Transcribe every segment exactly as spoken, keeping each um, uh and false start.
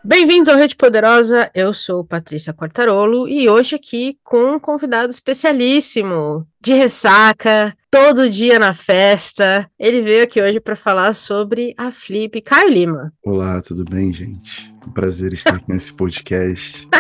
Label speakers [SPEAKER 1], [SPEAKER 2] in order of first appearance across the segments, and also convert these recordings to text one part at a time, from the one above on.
[SPEAKER 1] Bem-vindos ao Rede Poderosa, eu sou Patrícia Quartarolo e hoje aqui com um convidado especialíssimo, de ressaca, todo dia na festa. Ele veio aqui hoje para falar sobre a Flip. Caio Lima.
[SPEAKER 2] Olá, tudo bem, gente? Um prazer estar aqui nesse podcast.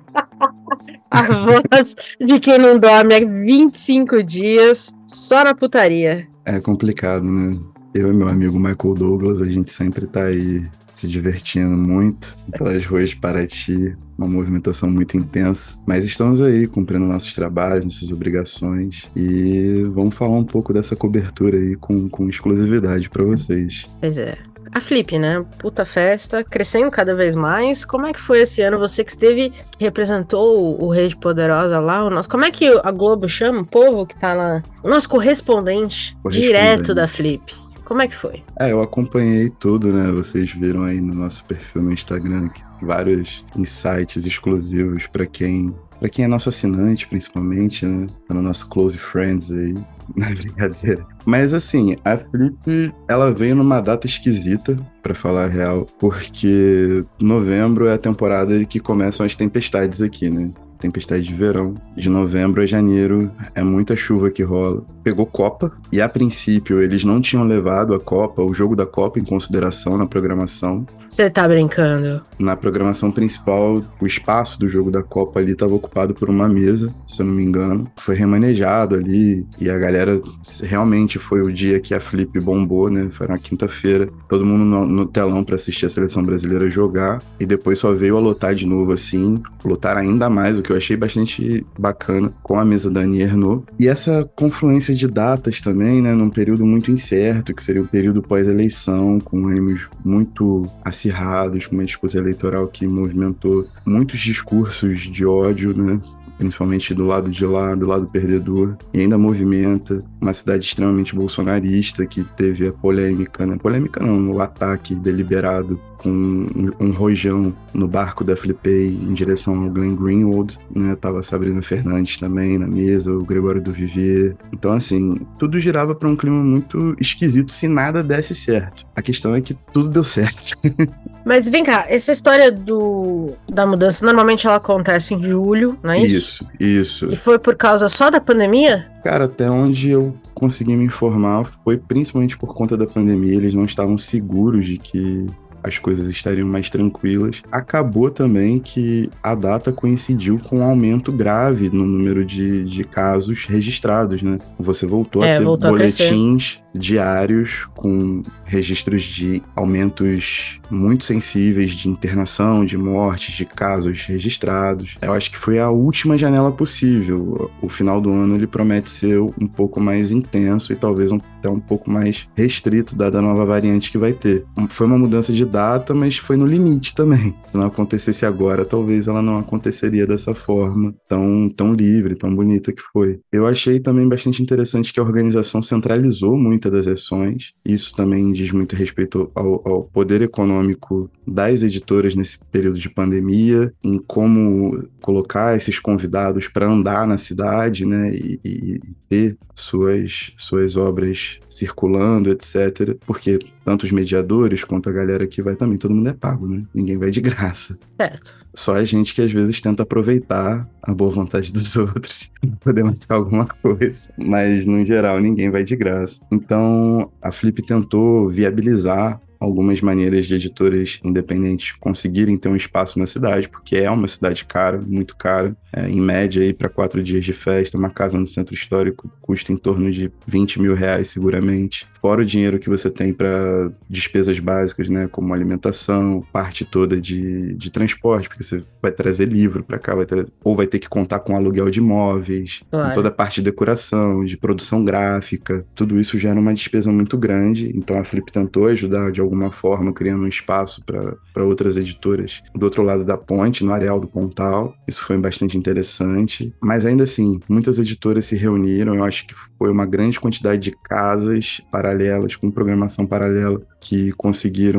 [SPEAKER 1] A voz de quem não dorme há vinte e cinco dias, só na putaria.
[SPEAKER 2] É complicado, né? Eu e meu amigo Michael Douglas, a gente sempre tá aí se divertindo muito pelas ruas de Paraty, uma movimentação muito intensa. Mas estamos aí cumprindo nossos trabalhos, nossas obrigações e vamos falar um pouco dessa cobertura aí com, com exclusividade para vocês.
[SPEAKER 1] Pois é. A Flip, né? Puta festa, crescendo cada vez mais. Como é que foi esse ano? Você que esteve, que representou o Rede Poderosa lá, o nosso... Como é que a Globo chama o povo que tá lá? O nosso correspondente,
[SPEAKER 2] Correspondente.
[SPEAKER 1] direto da Flip. Como é que foi?
[SPEAKER 2] É, eu acompanhei tudo, né? Vocês viram aí no nosso perfil no Instagram que vários insights exclusivos para quem, para quem é nosso assinante, principalmente, né? Tá no nosso Close Friends aí. Na brincadeira. Mas assim, a Flip, ela veio numa data esquisita, pra falar a real, porque novembro é a temporada que começam as tempestades aqui, né? Tempestade de verão. De novembro a janeiro é muita chuva que rola. Pegou Copa, e a princípio eles não tinham levado a Copa, o jogo da Copa em consideração na programação.
[SPEAKER 1] Você tá brincando?
[SPEAKER 2] Na programação principal, o espaço do jogo da Copa ali estava ocupado por uma mesa, se eu não me engano. Foi remanejado ali, e a galera, realmente foi o dia que a Flip bombou, né? Foi na quinta-feira, todo mundo no, no telão para assistir a seleção brasileira jogar, e depois só veio a lotar de novo assim, lotar ainda mais, o que eu achei bastante bacana, com a mesa da Annie Ernaux. E essa confluência de datas também, né? Num período muito incerto, que seria o período pós-eleição, com ânimos muito acirrados, com uma disputa eleitoral que movimentou muitos discursos de ódio, né? Principalmente do lado de lá, do lado perdedor, e ainda movimenta uma cidade extremamente bolsonarista que teve a polêmica, né? Polêmica não, o ataque deliberado com um, um rojão no barco da Flipei em direção ao Glenn Greenwald, né? Tava a Sabrina Fernandes também na mesa, o Gregório do Vivier. Então, assim, tudo girava para um clima muito esquisito se nada desse certo. A questão é que tudo deu certo.
[SPEAKER 1] Mas vem cá, essa história do, da mudança, normalmente ela acontece em julho, não é isso?
[SPEAKER 2] Isso, isso.
[SPEAKER 1] E foi por causa só da pandemia?
[SPEAKER 2] Cara, até onde eu consegui me informar foi principalmente por conta da pandemia. Eles não estavam seguros de que as coisas estariam mais tranquilas. Acabou também que a data coincidiu com um aumento grave no número de, de casos registrados, né? Você voltou
[SPEAKER 1] É,
[SPEAKER 2] a ter
[SPEAKER 1] voltou a
[SPEAKER 2] boletins diários com registros de aumentos muito sensíveis de internação, de mortes, de casos registrados. Eu acho que foi a última janela possível. O final do ano ele promete ser um pouco mais intenso e talvez um, até um pouco mais restrito, dada a nova variante que vai ter. Foi uma mudança de data, mas foi no limite também. Se não acontecesse agora, talvez ela não aconteceria dessa forma tão, tão livre, tão bonita que foi. Eu achei também bastante interessante que a organização centralizou muitas das ações. Isso também diz muito respeito ao, ao poder econômico das editoras nesse período de pandemia, em como colocar esses convidados para andar na cidade, né, e, e ter suas, suas obras circulando, etcétera. Porque tanto os mediadores quanto a galera que vai também, todo mundo é pago, né? Ninguém vai de graça.
[SPEAKER 1] Certo.
[SPEAKER 2] Só a gente que às vezes tenta aproveitar a boa vontade dos outros para poder marcar alguma coisa. Mas, no geral, ninguém vai de graça. Então, a Flip tentou viabilizar algumas maneiras de editoras independentes conseguirem ter um espaço na cidade, porque é uma cidade cara, muito cara. É, em média, aí para quatro dias de festa, uma casa no centro histórico custa em torno de vinte mil reais, seguramente. Fora o dinheiro que você tem para despesas básicas, né, como alimentação, parte toda de, de transporte, porque você vai trazer livro para cá, vai ter, ou vai ter que contar com aluguel de imóveis,
[SPEAKER 1] Claro.
[SPEAKER 2] com toda a parte de decoração, de produção gráfica. Tudo isso gera uma despesa muito grande, então a Flip tentou ajudar de alguma forma, criando um espaço para outras editoras do outro lado da ponte, no Areal do Pontal. Isso foi bastante interessante, mas ainda assim, muitas editoras se reuniram. Eu acho que foi uma grande quantidade de casas paralelas, com programação paralela, que conseguiram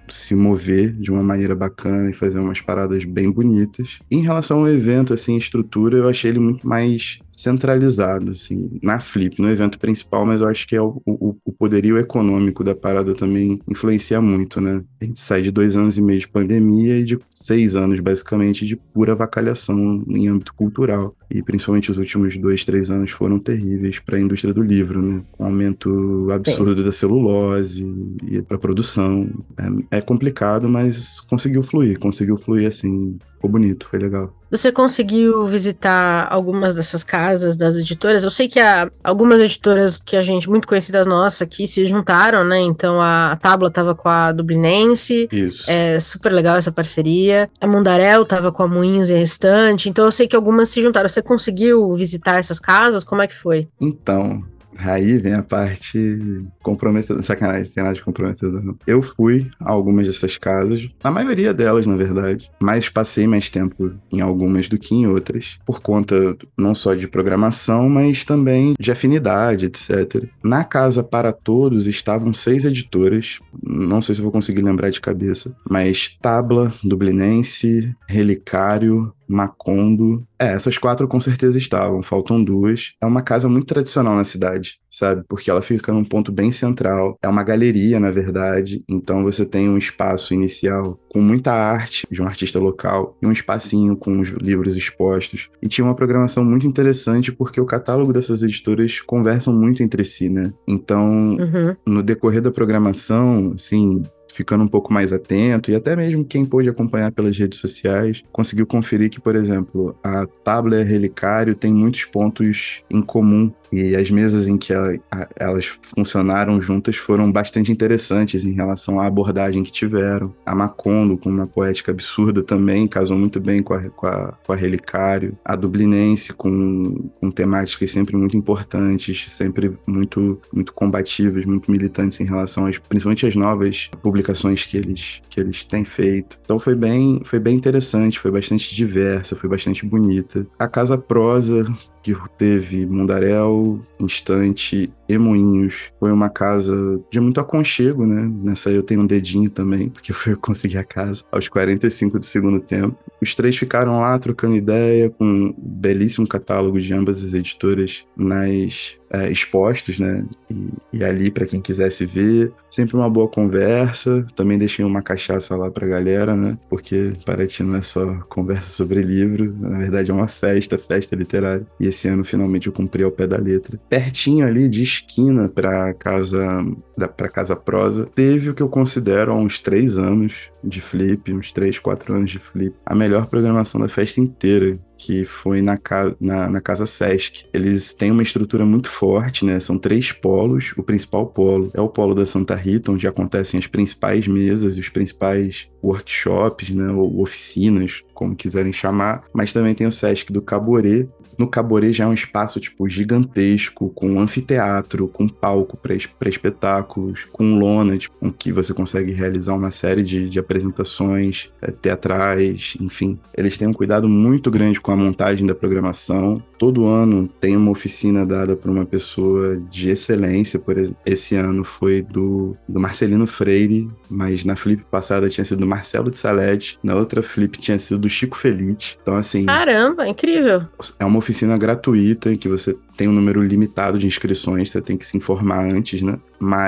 [SPEAKER 2] se mover de uma maneira bacana e fazer umas paradas bem bonitas. Em relação ao evento, assim, estrutura, eu achei ele muito mais centralizado, assim, na Flip, no evento principal, mas eu acho que é o, o, o poderio econômico da parada também influencia muito, né? A gente sai de dois anos e meio de pandemia e de seis anos, basicamente, de pura avacalhação em âmbito cultural. E principalmente os últimos dois, três anos foram terríveis para a indústria do livro, né? Com aumento absurdo Sim. da celulose e para produção. É, é complicado, mas conseguiu fluir, conseguiu fluir assim, ficou bonito, foi legal.
[SPEAKER 1] Você conseguiu visitar algumas dessas casas das editoras? Eu sei que há algumas editoras que a gente, muito conhecidas nossas aqui, se juntaram, né? Então a Tábua tava com a Dublinense.
[SPEAKER 2] Isso.
[SPEAKER 1] É super legal essa parceria. A Mundaréu tava com a Moinhos e a Restante. Então eu sei que algumas se juntaram. Você conseguiu visitar essas casas? Como é que foi?
[SPEAKER 2] Então... Aí vem a parte comprometedora, sacanagem, tem nada de comprometedor não. Eu fui a algumas dessas casas, a maioria delas, na verdade, mas passei mais tempo em algumas do que em outras, por conta não só de programação, mas também de afinidade, etcétera. Na Casa para Todos estavam seis editoras, não sei se eu vou conseguir lembrar de cabeça, mas Tabla, Dublinense, Relicário, Macondo. É, essas quatro com certeza estavam, faltam duas. É uma casa muito tradicional na cidade, sabe? Porque ela fica num ponto bem central. É uma galeria, na verdade. Então você tem um espaço inicial com muita arte de um artista local e um espacinho com os livros expostos. E tinha uma programação muito interessante porque o catálogo dessas editoras conversam muito entre si, né? Então, uhum. no decorrer da programação, assim... ficando um pouco mais atento, e até mesmo quem pôde acompanhar pelas redes sociais, conseguiu conferir que, por exemplo, a Tabla Relicário tem muitos pontos em comum, e as mesas em que ela, a, elas funcionaram juntas foram bastante interessantes em relação à abordagem que tiveram. A Macondo, com uma poética absurda também, casou muito bem com a, com a, com a Relicário. A Dublinense, com, com temáticas sempre muito importantes, sempre muito, muito combativas, muito militantes em relação, às, principalmente às novas publicações que eles, que eles têm feito. Então foi bem, foi bem interessante, foi bastante diversa, foi bastante bonita. A Casa Prosa, que teve Mundaréu, Instante e Moinhos, foi uma casa de muito aconchego, né? Nessa aí eu tenho um dedinho também, porque foi eu conseguir a casa aos quarenta e cinco do segundo tempo. Os três ficaram lá trocando ideia, com um belíssimo catálogo de ambas as editoras nas é, expostos, né? E, e ali, para quem quisesse ver, sempre uma boa conversa. Também deixei uma cachaça lá pra galera, né? Porque Paraty não é só conversa sobre livro, na verdade é uma festa, festa literária. E esse ano finalmente eu cumpri ao pé da letra. Pertinho ali, de esquina pra casa, da, pra casa Prosa, teve o que eu considero há uns três anos de Flip, uns três, quatro anos de Flip, a melhor programação da festa inteira, que foi na, ca... na, na Casa Sesc. Eles têm uma estrutura muito forte, né? São três polos. O principal polo é o polo da Santa Rita, onde acontecem as principais mesas e os principais workshops, né? Ou oficinas, como quiserem chamar. Mas também tem o Sesc do Caborê. No Caborê já é um espaço, tipo, gigantesco, com um anfiteatro, com palco para espetáculos, com lona, tipo, com que você consegue realizar uma série de, de apresentações é, teatrais, enfim. Eles têm um cuidado muito grande com a montagem da programação. Todo ano tem uma oficina dada por uma pessoa de excelência. Por esse ano foi do, do Marcelino Freire, mas na Flip passada tinha sido do Marcelo de Salete, na outra Flip tinha sido do Chico Felitti. Então, assim...
[SPEAKER 1] Caramba, incrível!
[SPEAKER 2] É uma oficina gratuita em que você tem um número limitado de inscrições, você tem que se informar antes, né?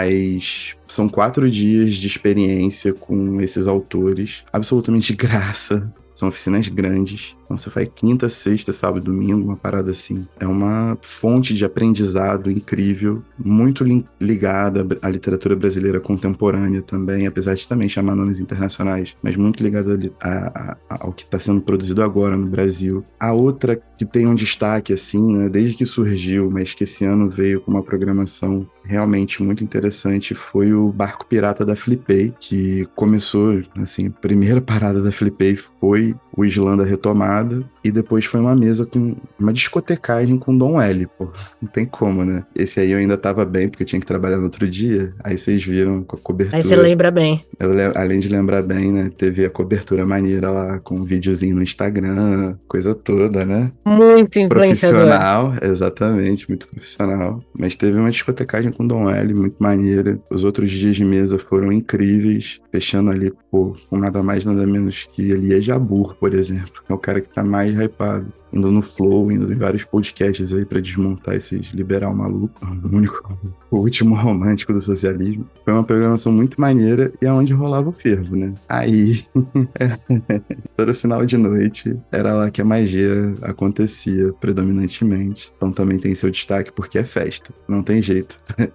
[SPEAKER 2] Mas são quatro dias de experiência com esses autores, absolutamente de graça. São oficinas grandes. Então você faz quinta, sexta, sábado, domingo, uma parada assim. É uma fonte de aprendizado incrível, muito li- ligada à literatura brasileira contemporânea também, apesar de também chamar nomes internacionais, mas muito ligada a, a, ao que está sendo produzido agora no Brasil. A outra que tem um destaque, assim, né, desde que surgiu, mas que esse ano veio com uma programação realmente muito interessante, foi o Barco Pirata da Flipei, que começou, assim, a primeira parada da Flipei foi o Islândia Retomada, e depois foi uma mesa com uma discotecagem com Dom L, pô. Não tem como, né? Esse aí eu ainda tava bem, porque eu tinha que trabalhar no outro dia, aí vocês viram com a cobertura.
[SPEAKER 1] Aí você lembra bem.
[SPEAKER 2] Eu, além de lembrar bem, né, teve a cobertura maneira lá, com um videozinho no Instagram, coisa toda, né?
[SPEAKER 1] Muito influenciador.
[SPEAKER 2] Profissional, exatamente, muito profissional. Mas teve uma discotecagem com Dom L, muito maneira. Os outros dias de mesa foram incríveis, fechando ali, pô, com nada mais, nada menos que Elias Jabbour, por exemplo, que é o cara que tá mais hypado. Indo no Flow, indo em vários podcasts aí pra desmontar esses liberal maluco, o único, o último romântico do socialismo. Foi uma programação muito maneira e é onde rolava o fervo, né? Aí, todo final de noite, era lá que a magia acontecia predominantemente. Então também tem seu destaque porque é festa, não tem jeito.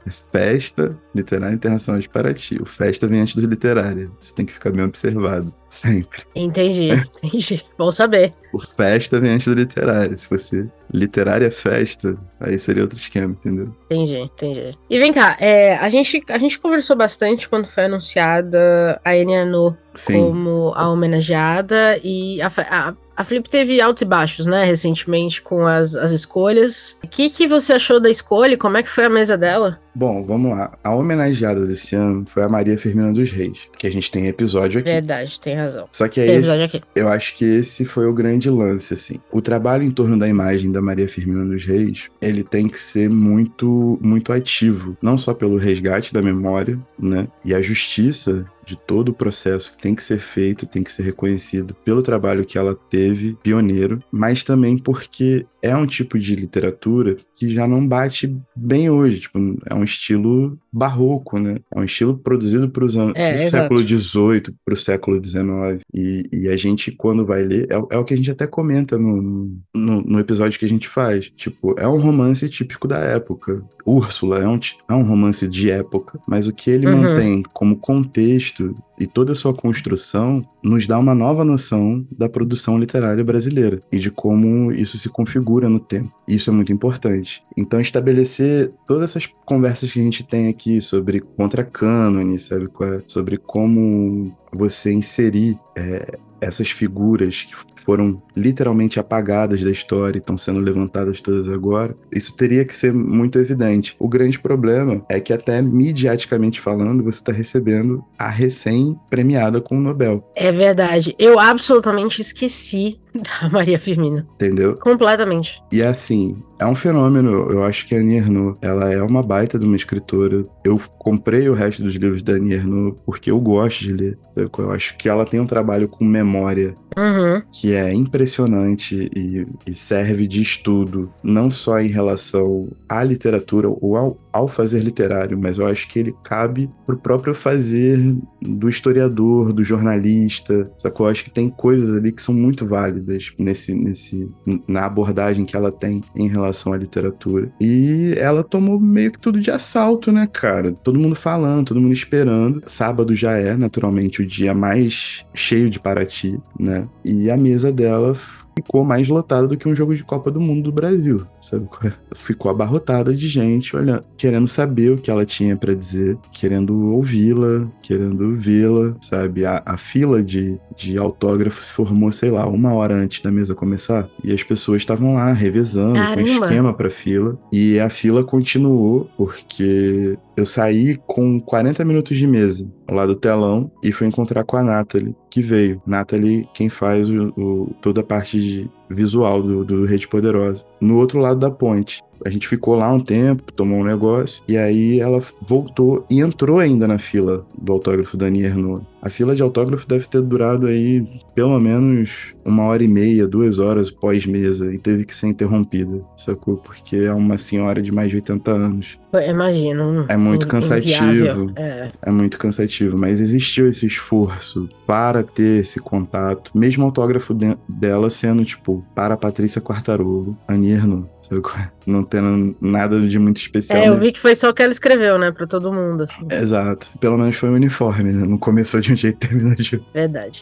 [SPEAKER 2] Festa, Literária Internacional de Paraty. O festa vem antes do literário. Você tem que ficar bem observado, sempre.
[SPEAKER 1] Entendi, entendi. Bom saber.
[SPEAKER 2] O festa vem antes do literário. Se fosse literária festa, aí seria outro esquema, entendeu?
[SPEAKER 1] Entendi, entendi. E vem cá, é, a, gente, a gente conversou bastante quando foi anunciada a Annie Ernaux como a homenageada, e a, a, a Flip teve altos e baixos, né, recentemente com as, as escolhas. O que, que você achou da escolha? Como é que foi a mesa dela?
[SPEAKER 2] Bom, vamos lá. A homenageada desse ano foi a Maria Firmina dos Reis, que a gente tem episódio aqui.
[SPEAKER 1] Verdade, tem razão.
[SPEAKER 2] Só que é
[SPEAKER 1] tem
[SPEAKER 2] esse,
[SPEAKER 1] episódio aqui.
[SPEAKER 2] Eu acho que esse foi o grande lance, assim. O trabalho em torno da imagem da Maria Firmina dos Reis, ele tem que ser muito, muito ativo. Não só pelo resgate da memória, né, e a justiça de todo o processo que tem que ser feito, tem que ser reconhecido pelo trabalho que ela teve, pioneiro, mas também porque é um tipo de literatura que já não bate bem hoje, tipo, é um estilo barroco, né? É um estilo produzido para os anos
[SPEAKER 1] É,
[SPEAKER 2] do século dezoito, para o século dezenove, e, e a gente, quando vai ler, é, é o que a gente até comenta no, no, no episódio que a gente faz, tipo, é um romance típico da época. Úrsula é um, é um romance de época, mas o que ele
[SPEAKER 1] Uhum.
[SPEAKER 2] mantém como contexto e toda a sua construção nos dá uma nova noção da produção literária brasileira e de como isso se configura no tempo. Isso é muito importante. Então, estabelecer todas essas conversas que a gente tem aqui sobre contra-cânone, sabe? Sobre como você inserir é, essas figuras que foram literalmente apagadas da história e estão sendo levantadas todas agora, isso teria que ser muito evidente. O grande problema é que até midiaticamente falando, você está recebendo a recém-premiada com o Nobel.
[SPEAKER 1] É verdade. Eu absolutamente esqueci da Maria Firmina.
[SPEAKER 2] Entendeu?
[SPEAKER 1] Completamente.
[SPEAKER 2] E assim, é um fenômeno. Eu acho que a Annie Ernaux, ela é uma baita de uma escritora. Eu comprei o resto dos livros da Annie Ernaux porque eu gosto de ler. Sabe? Eu acho que ela tem um trabalho com memória
[SPEAKER 1] Uhum.
[SPEAKER 2] que é impressionante e, e serve de estudo, não só em relação à literatura ou ao, ao fazer literário, mas eu acho que ele cabe pro próprio fazer do historiador, do jornalista, sacou? Eu acho que tem coisas ali que são muito válidas nesse, nesse, na abordagem que ela tem em relação à literatura. E ela tomou meio que tudo de assalto, né, cara? Todo mundo falando, todo mundo esperando. Sábado já é, naturalmente, o dia mais cheio de Paraty, né? E a mesa dela ficou mais lotada do que um jogo de Copa do Mundo do Brasil, sabe? Ficou abarrotada de gente olhando, querendo saber o que ela tinha pra dizer, querendo ouvi-la, querendo vê-la, sabe? A, a fila de, de autógrafos se formou, sei lá, uma hora antes da mesa começar, e as pessoas estavam lá revezando
[SPEAKER 1] Caramba.
[SPEAKER 2] com esquema pra fila, e a fila continuou porque eu saí com quarenta minutos de mesa lá do telão e fui encontrar com a Nathalie, que veio. Nathalie, quem faz o, o, toda a parte de visual do, do Rede Poderosa. No outro lado da ponte. A gente ficou lá um tempo, tomou um negócio, e aí ela voltou e entrou ainda na fila do autógrafo da Annie Ernaux. A fila de autógrafo deve ter durado aí pelo menos uma hora e meia, duas horas pós-mesa, e teve que ser interrompida, sacou? Porque é uma senhora de mais de oitenta anos.
[SPEAKER 1] Imagino.
[SPEAKER 2] É muito cansativo.
[SPEAKER 1] É.
[SPEAKER 2] é muito cansativo, mas existiu esse esforço para ter esse contato, mesmo o autógrafo de- dela sendo, tipo, para a Patrícia Quartarolo, Annie Ernaux, sabe? Não tendo nada de muito especial.
[SPEAKER 1] É, eu
[SPEAKER 2] mas...
[SPEAKER 1] vi que foi só o que ela escreveu, né, pra todo mundo. Assim.
[SPEAKER 2] Exato. Pelo menos foi o uniforme, né? Não começou de um jeito e terminou de outro.
[SPEAKER 1] Verdade.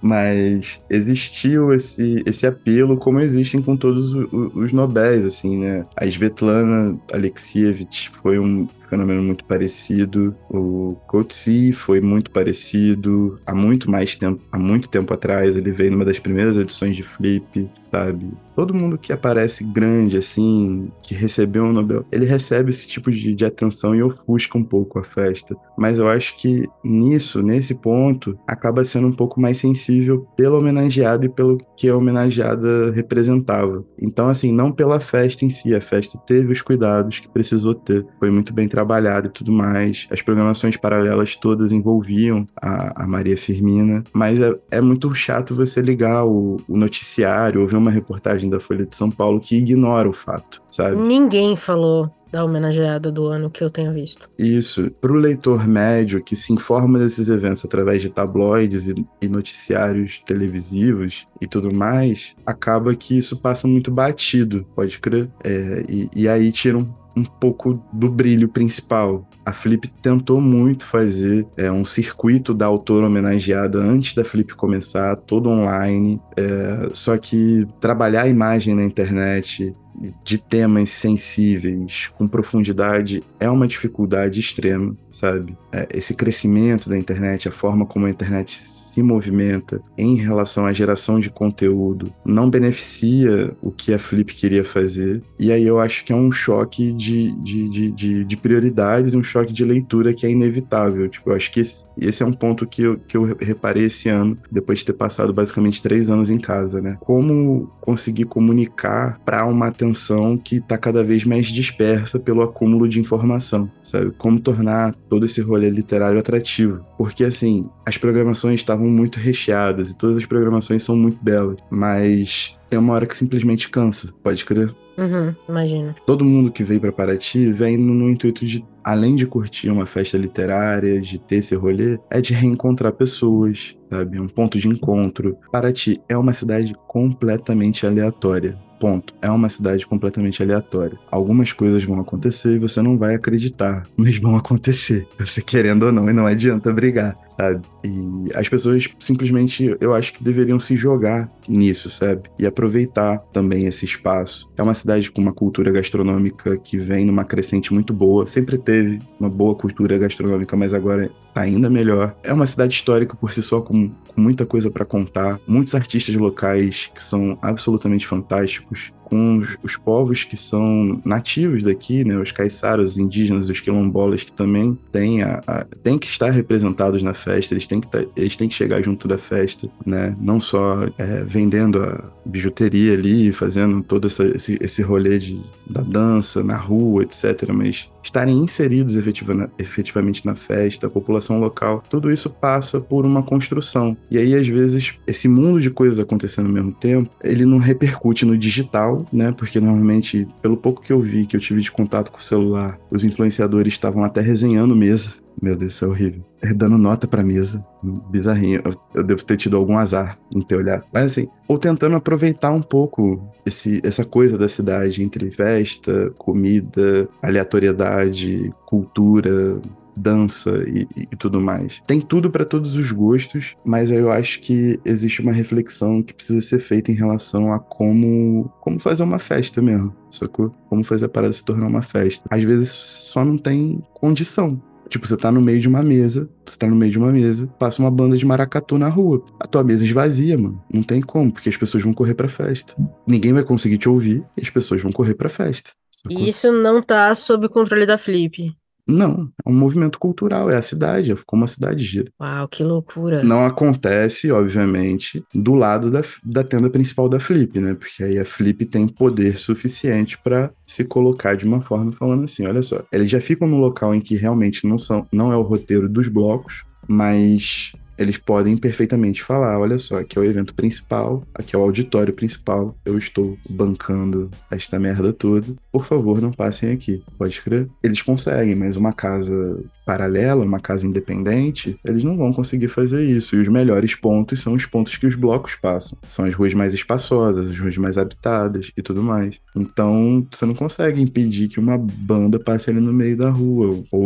[SPEAKER 2] Mas existiu esse, esse apelo, como existem com todos os, os Nobéis, assim, né? A Svetlana Alexievich foi um... Foi fenômeno muito parecido. O Coetzee foi muito parecido. Há muito mais tempo, há muito tempo atrás, ele veio numa das primeiras edições de Flip, sabe? Todo mundo que aparece grande, assim, que recebeu um Nobel, ele recebe esse tipo de, de atenção e ofusca um pouco a festa. Mas eu acho que nisso, nesse ponto, acaba sendo um pouco mais sensível pelo homenageado e pelo que a homenageada representava. Então, assim, não pela festa em si, a festa teve os cuidados que precisou ter. Foi muito bem trabalhado e tudo mais. As programações paralelas todas envolviam a, a Maria Firmina, mas é, é muito chato você ligar o, o noticiário, ouvir uma reportagem da Folha de São Paulo que ignora o fato, sabe?
[SPEAKER 1] Ninguém falou da homenageada do ano que eu tenha visto.
[SPEAKER 2] Isso. Para o leitor médio que se informa desses eventos através de tabloides e, e noticiários televisivos e tudo mais, acaba que isso passa muito batido, pode crer? É, e, e aí tiram um pouco do brilho principal. A Flip tentou muito fazer é, um circuito da autora homenageada antes da Flip começar, todo online, é, só que trabalhar a imagem na internet de temas sensíveis, com profundidade, é uma dificuldade extrema, sabe? É, esse crescimento da internet, a forma como a internet se movimenta em relação à geração de conteúdo, não beneficia o que a Flip queria fazer. E aí eu acho que é um choque de, de, de, de, de prioridades, um choque de leitura que é inevitável. Tipo, eu acho que esse, esse é um ponto que eu, que eu reparei esse ano, depois de ter passado basicamente três anos em casa, né? Como conseguir comunicar para uma atenção que está cada vez mais dispersa pelo acúmulo de informação, sabe? Como tornar todo esse rolê literário atrativo. Porque, assim, as programações estavam muito recheadas e todas as programações são muito belas, mas tem uma hora que simplesmente cansa, pode crer?
[SPEAKER 1] Uhum, imagino.
[SPEAKER 2] Todo mundo que veio para Paraty vem no, no intuito de, além de curtir uma festa literária, de ter esse rolê, é de reencontrar pessoas, sabe? É um ponto de encontro. Paraty é uma cidade completamente aleatória. Ponto. É uma cidade completamente aleatória. Algumas coisas vão acontecer e você não vai acreditar, mas vão acontecer, você querendo ou não, e não adianta brigar, sabe? E as pessoas simplesmente, eu acho que deveriam se jogar nisso, sabe? E aproveitar também esse espaço. É uma cidade com uma cultura gastronômica que vem numa crescente muito boa, sempre teve uma boa cultura gastronômica, mas agora tá ainda melhor. É uma cidade histórica por si só, com, com muita coisa para contar, muitos artistas locais que são absolutamente fantásticos, com os, os povos que são nativos daqui, né, os caiçaras, os indígenas, os quilombolas, que também têm, a, a, têm que estar representados na festa, eles têm que, tá, eles têm que chegar junto da festa, né, não só é, vendendo a bijuteria ali, fazendo todo essa, esse, esse rolê de, da dança na rua, etcétera, mas estarem inseridos efetiva, efetivamente na festa, a população local, tudo isso passa por uma construção. E aí, às vezes, esse mundo de coisas acontecendo ao mesmo tempo, ele não repercute no digital, né? Porque normalmente, pelo pouco que eu vi, que eu tive de contato com o celular, os influenciadores estavam até resenhando mesa. Meu Deus, isso é horrível. Dando nota pra mesa. Bizarrinho. Eu, eu devo ter tido algum azar em ter olhado. Mas assim, ou tentando aproveitar um pouco esse, essa coisa da cidade entre festa, comida, aleatoriedade, cultura, dança e, e, e tudo mais. Tem tudo para todos os gostos, mas eu acho que existe uma reflexão que precisa ser feita em relação a como, como fazer uma festa mesmo, sacou? Como fazer a parada se tornar uma festa. Às vezes só não tem condição. Tipo, você tá no meio de uma mesa, você tá no meio de uma mesa, passa uma banda de maracatu na rua. A tua mesa esvazia, mano. Não tem como, porque as pessoas vão correr pra festa. Ninguém vai conseguir te ouvir e as pessoas vão correr pra festa. Sacou?
[SPEAKER 1] E isso não tá sob o controle da Flip.
[SPEAKER 2] Não, é um movimento cultural, é a cidade, é como a cidade gira.
[SPEAKER 1] Uau, que loucura.
[SPEAKER 2] Não acontece, obviamente, do lado da, da tenda principal da Flip, né? Porque aí a Flip tem poder suficiente para se colocar de uma forma falando assim, olha só, eles já ficam no local em que realmente não são, não é o roteiro dos blocos, mas eles podem perfeitamente falar, olha só, aqui é o evento principal, aqui é o auditório principal, eu estou bancando esta merda toda, por favor, não passem aqui, pode crer? Eles conseguem, mas uma casa paralela, uma casa independente, eles não vão conseguir fazer isso, e os melhores pontos são os pontos que os blocos passam, são as ruas mais espaçosas, as ruas mais habitadas e tudo mais. Então, você não consegue impedir que uma banda passe ali no meio da rua, ou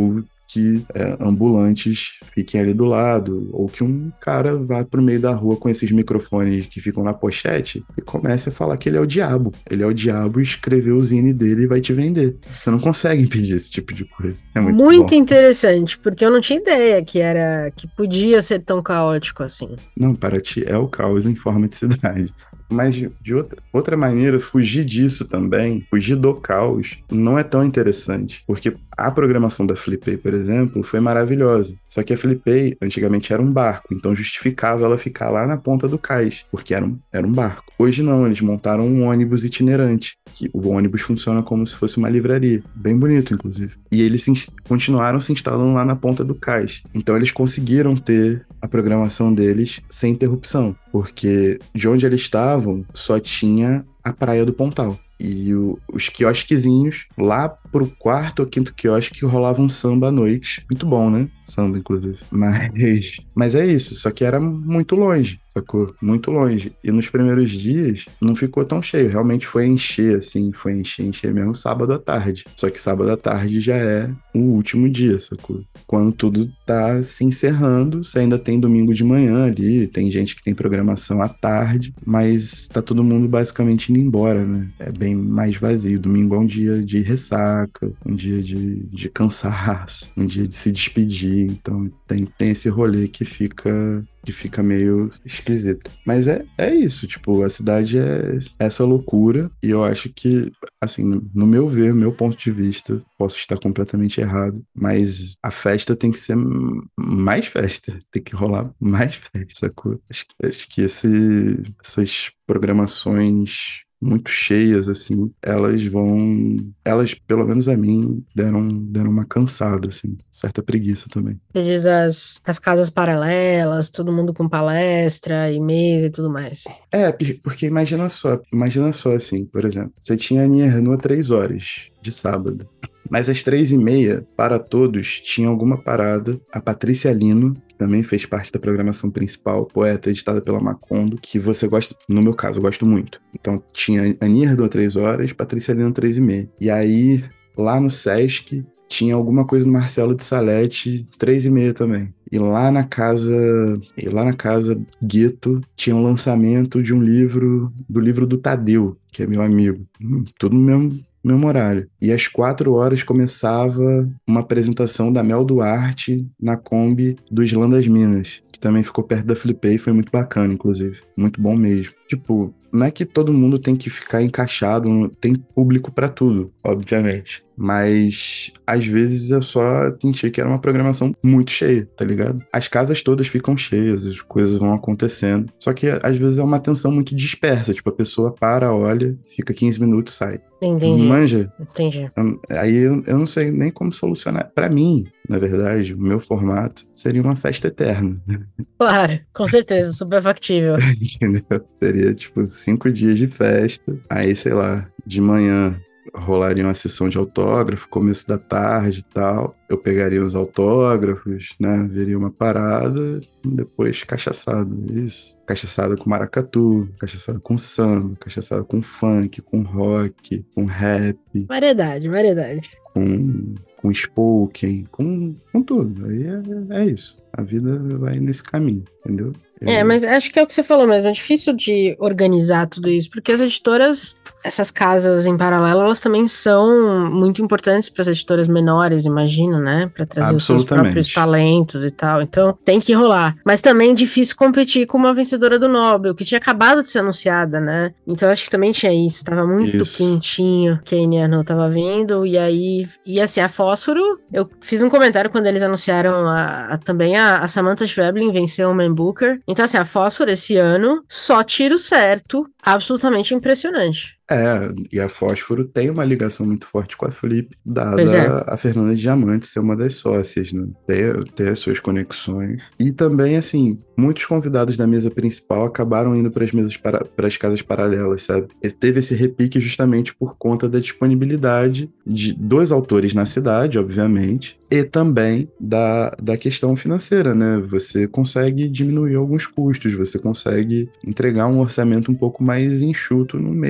[SPEAKER 2] que é, ambulantes fiquem ali do lado, ou que um cara vá pro meio da rua com esses microfones que ficam na pochete e comece a falar que ele é o diabo. Ele é o diabo e escreveu o zine dele e vai te vender. Você não consegue impedir esse tipo de coisa. É muito,
[SPEAKER 1] muito
[SPEAKER 2] bom.
[SPEAKER 1] interessante, porque eu não tinha ideia que era que podia ser tão caótico assim.
[SPEAKER 2] Não, Paraty é o caos em forma de cidade. Mas de, de outra, outra maneira, fugir disso também, fugir do caos, não é tão interessante. Porque a programação da Flipei, por exemplo, foi maravilhosa. Só que a Flipei, antigamente, era um barco, então justificava ela ficar lá na ponta do cais, porque era um, era um barco. Hoje não, eles montaram um ônibus itinerante, que o ônibus funciona como se fosse uma livraria. Bem bonito, inclusive. E eles se, continuaram se instalando lá na ponta do cais. Então eles conseguiram ter a programação deles sem interrupção, porque de onde eles estavam só tinha a Praia do Pontal. E o, os quiosquezinhos, lá pro quarto ou quinto quiosque, rolava um samba à noite. Muito bom, né? Samba, inclusive. Mas, mas é isso, só que era muito longe, sacou? Muito longe. E nos primeiros dias não ficou tão cheio. Realmente foi encher, assim, foi encher, encher mesmo sábado à tarde. Só que sábado à tarde já é o último dia, sacou? Quando tudo tá se encerrando, você ainda tem domingo de manhã ali, tem gente que tem programação à tarde, mas tá todo mundo basicamente indo embora, né? É bem mais vazio. Domingo é um dia de ressaca, um dia de, de cansaço, um dia de se despedir. Então tem, tem esse rolê que fica, que fica meio esquisito. Mas é, é isso, tipo, a cidade é essa loucura e eu acho que, assim, no meu ver, meu ponto de vista, posso estar completamente errado, mas a festa tem que ser mais festa, tem que rolar mais festa, sacou? Acho, acho que esse, essas programações muito cheias, assim, elas vão... Elas, pelo menos a mim, deram, deram uma cansada, assim. Certa preguiça também.
[SPEAKER 1] Você diz as, as casas paralelas, todo mundo com palestra e mesa e tudo mais.
[SPEAKER 2] É, porque imagina só, imagina só, assim, por exemplo, você tinha a Nierno três horas de sábado. Mas às três e meia, para todos, tinha alguma parada. A Patrícia Lino, que também fez parte da programação principal, poeta editada pela Macondo, que você gosta, no meu caso, eu gosto muito. Então tinha a Nierno três horas, Patrícia Lino três e meia. E aí, lá no Sesc, tinha alguma coisa do Marcelo de Salete, três e meia também. E lá na casa, e lá na casa Gueto, tinha um lançamento de um livro, do livro do Tadeu, que é meu amigo. Hum, tudo no mesmo, mesmo horário. E às quatro horas começava uma apresentação da Mel Duarte na Kombi do Islã das Minas, que também ficou perto da Flipei, foi muito bacana, inclusive. Muito bom mesmo. Tipo, não é que todo mundo tem que ficar encaixado, tem público pra tudo, obviamente. Mas, às vezes, eu só senti que era uma programação muito cheia, tá ligado? As casas todas ficam cheias, as coisas vão acontecendo. Só que, às vezes, é uma atenção muito dispersa. Tipo, a pessoa para, olha, fica quinze minutos, sai.
[SPEAKER 1] Entendi.
[SPEAKER 2] Manja?
[SPEAKER 1] Entendi.
[SPEAKER 2] Aí eu, eu não sei nem como solucionar. Pra mim, na verdade, o meu formato seria uma festa eterna.
[SPEAKER 1] Claro, com certeza, super factível.
[SPEAKER 2] Entendeu? Seria, tipo, cinco dias de festa. Aí, sei lá, de manhã rolaria uma sessão de autógrafo, começo da tarde e tal. Eu pegaria os autógrafos, né? Veria uma parada, depois cachaçada, isso. Cachaçada com maracatu, cachaçada com samba, cachaçada com funk, com rock, com rap.
[SPEAKER 1] Variedade, variedade.
[SPEAKER 2] Com, com spoken, com, com tudo. Aí é, é isso. A vida vai nesse caminho, entendeu?
[SPEAKER 1] É, mas acho que é o que você falou mesmo, é difícil de organizar tudo isso, porque as editoras, essas casas em paralelo, elas também são muito importantes para as editoras menores, imagino, né? Para trazer os seus próprios talentos e tal. Então, tem que rolar. Mas também é difícil competir com uma vencedora do Nobel, que tinha acabado de ser anunciada, né? Então, acho que também tinha isso. Tava muito isso. Quentinho que a Nierno tava vindo. E aí, e assim, a Fósforo, eu fiz um comentário quando eles anunciaram a, a, também a, a Samantha Schweblin venceu o Man Booker. Então, assim, a Fósforo esse ano, só tiro certo, absolutamente impressionante.
[SPEAKER 2] É, e a Fósforo tem uma ligação muito forte com a Flip, dada é. a Fernanda Diamante ser uma das sócias, né? Ter, ter as suas conexões. E também, assim, muitos convidados da mesa principal acabaram indo para as mesas para, para as casas paralelas, sabe? Teve esse repique justamente por conta da disponibilidade de dois autores na cidade, obviamente, e também da, da questão financeira, né? Você consegue diminuir alguns custos, você consegue entregar um orçamento um pouco mais enxuto no meio que já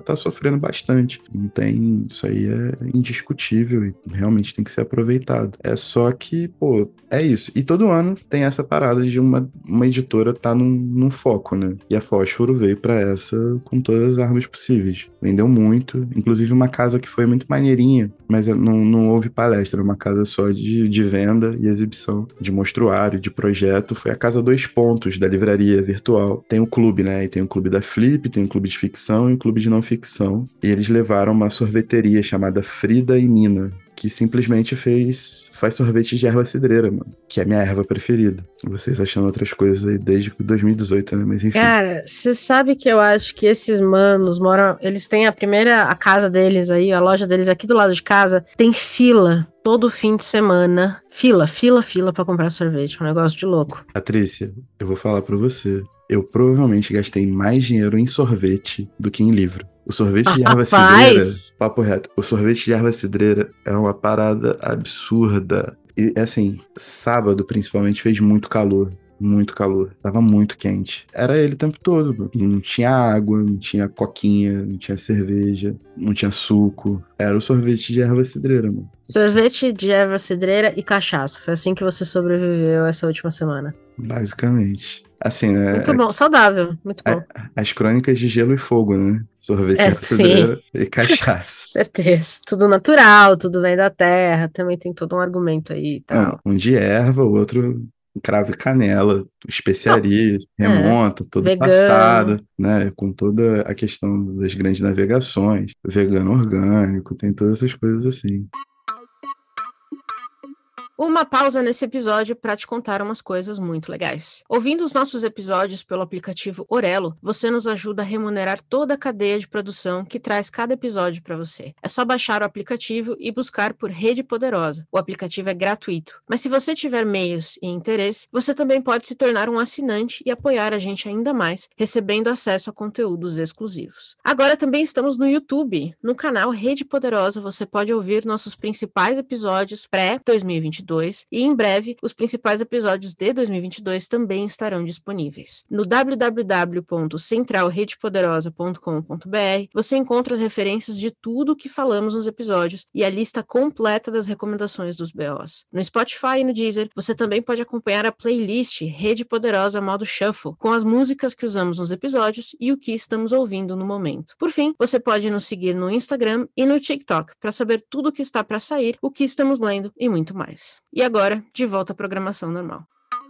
[SPEAKER 2] tá sofrendo bastante. Não tem... Isso aí é indiscutível e realmente tem que ser aproveitado. É só que, pô, é isso. E todo ano tem essa parada de uma, uma editora tá num, num foco, né? E a Fósforo veio pra essa com todas as armas possíveis. Vendeu muito. Inclusive uma casa que foi muito maneirinha, mas não, não houve palestra. Uma casa só de, de venda e exibição, de mostruário, de projeto. Foi a Casa Dois Pontos, da livraria virtual. Tem o clube, né? E tem o clube da Flip, tem o clube de ficção e o clube de não ficção. E eles levaram uma sorveteria chamada Frida e Nina, que simplesmente fez, faz sorvete de erva cidreira, mano. Que é a minha erva preferida. Vocês achando outras coisas aí desde dois mil e dezoito, né? Mas enfim.
[SPEAKER 1] Cara, você sabe que eu acho que esses manos moram... Eles têm a primeira... A casa deles aí, a loja deles aqui do lado de casa, tem fila todo fim de semana. Fila, fila, fila pra comprar sorvete. Um negócio de louco.
[SPEAKER 2] Patrícia, eu vou falar pra você. Eu provavelmente gastei mais dinheiro em sorvete do que em livro. O sorvete de erva cidreira, papo reto, o sorvete de erva cidreira é uma parada absurda. E, assim, sábado, principalmente, fez muito calor. Muito calor. Tava muito quente. Era ele o tempo todo. Não tinha água, não tinha coquinha, não tinha cerveja, não tinha suco. Era o sorvete de erva cidreira, mano.
[SPEAKER 1] Sorvete de erva cidreira e cachaça. Foi assim que você sobreviveu essa última semana.
[SPEAKER 2] Basicamente. Assim, né?
[SPEAKER 1] Muito bom, saudável, muito bom.
[SPEAKER 2] As crônicas de Gelo e Fogo, né? Sorvete
[SPEAKER 1] é,
[SPEAKER 2] de erva cidreira e cachaça.
[SPEAKER 1] Certeza. Tudo natural, tudo vem da terra. Também tem todo um argumento aí e tal.
[SPEAKER 2] Não, um de erva, o outro cravo e canela, especiarias, Não, remonta, é, todo vegano. Passado, né? Com toda a questão das grandes navegações, vegano orgânico, tem todas essas coisas assim.
[SPEAKER 1] Uma pausa nesse episódio para te contar umas coisas muito legais. Ouvindo os nossos episódios pelo aplicativo Orelo, você nos ajuda a remunerar toda a cadeia de produção que traz cada episódio para você. É só baixar o aplicativo e buscar por Rede Poderosa. O aplicativo é gratuito. Mas se você tiver meios e interesse, você também pode se tornar um assinante e apoiar a gente ainda mais, recebendo acesso a conteúdos exclusivos. Agora também estamos no YouTube. No canal Rede Poderosa você pode ouvir nossos principais episódios pré-dois mil e vinte e dois e em breve os principais episódios de dois mil e vinte e dois também estarão disponíveis. No w w w ponto central rede poderosa ponto com ponto b r você encontra as referências de tudo o que falamos nos episódios e a lista completa das recomendações dos B Os. No Spotify e no Deezer você também pode acompanhar a playlist Rede Poderosa Modo Shuffle, com as músicas que usamos nos episódios e o que estamos ouvindo no momento. Por fim, você pode nos seguir no Instagram e no TikTok para saber tudo o que está para sair, o que estamos lendo e muito mais. E agora, de volta à programação normal.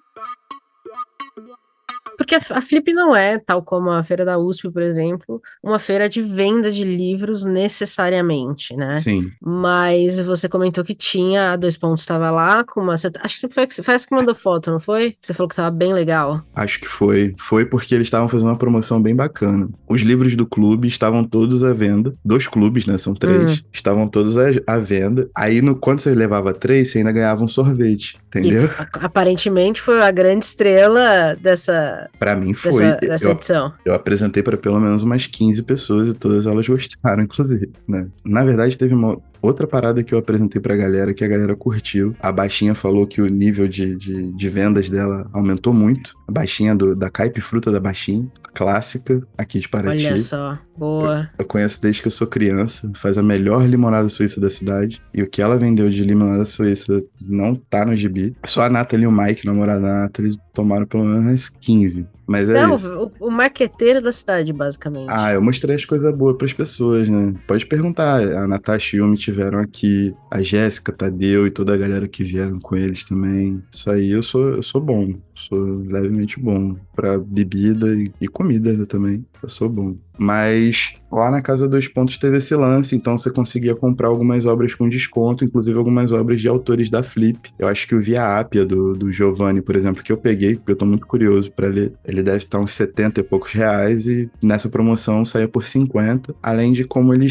[SPEAKER 1] Porque a Flip não é, tal como a Feira da U S P, por exemplo, uma feira de venda de livros necessariamente, né?
[SPEAKER 2] Sim.
[SPEAKER 1] Mas você comentou que tinha, a Dois Pontos estava lá, com uma... Acho que você foi, foi essa que mandou foto, não foi? Você falou que estava bem legal.
[SPEAKER 2] Acho que foi. Foi porque eles estavam fazendo uma promoção bem bacana. Os livros do clube estavam todos à venda. Dois clubes, né? São três. Hum. Estavam todos à, à venda. Aí, no, quando você levava três, você ainda ganhava um sorvete. Entendeu?
[SPEAKER 1] E, aparentemente foi a grande estrela dessa...
[SPEAKER 2] Pra mim foi.
[SPEAKER 1] Dessa, dessa
[SPEAKER 2] eu,
[SPEAKER 1] edição.
[SPEAKER 2] Eu apresentei pra pelo menos umas quinze pessoas e todas elas gostaram, inclusive, né? Na verdade, teve uma outra parada que eu apresentei pra galera que a galera curtiu. A Baixinha falou que o nível de, de, de vendas dela aumentou muito. A Baixinha do, da Caipifruta da Baixinha, clássica, aqui de Paraty.
[SPEAKER 1] Olha só, boa.
[SPEAKER 2] Eu, eu conheço desde que eu sou criança. Faz a melhor limonada suíça da cidade. E o que ela vendeu de limonada suíça não tá no gibi. Só a Nathalie e o Mike, namorada da Nathalie, tomaram pelo menos umas quinze. Mas
[SPEAKER 1] Você
[SPEAKER 2] é,
[SPEAKER 1] é
[SPEAKER 2] isso.
[SPEAKER 1] o, o marqueteiro da cidade, basicamente.
[SPEAKER 2] Ah, eu mostrei as coisas boas pras pessoas, né? Pode perguntar. A Natasha e o Yumi tiveram aqui. A Jéssica, Tadeu e toda a galera que vieram com eles também. Isso aí, eu sou, eu sou bom. Sou levemente bom pra bebida e, e comida também. Eu sou bom. Mas lá na Casa Dois Pontos teve esse lance, então você conseguia comprar algumas obras com desconto, inclusive algumas obras de autores da Flip. Eu acho que o Via Ápia do, do Giovanni, por exemplo, que eu peguei, porque eu tô muito curioso pra ler, ele deve estar uns setenta e poucos reais, e nessa promoção saía por cinquenta, além de como eles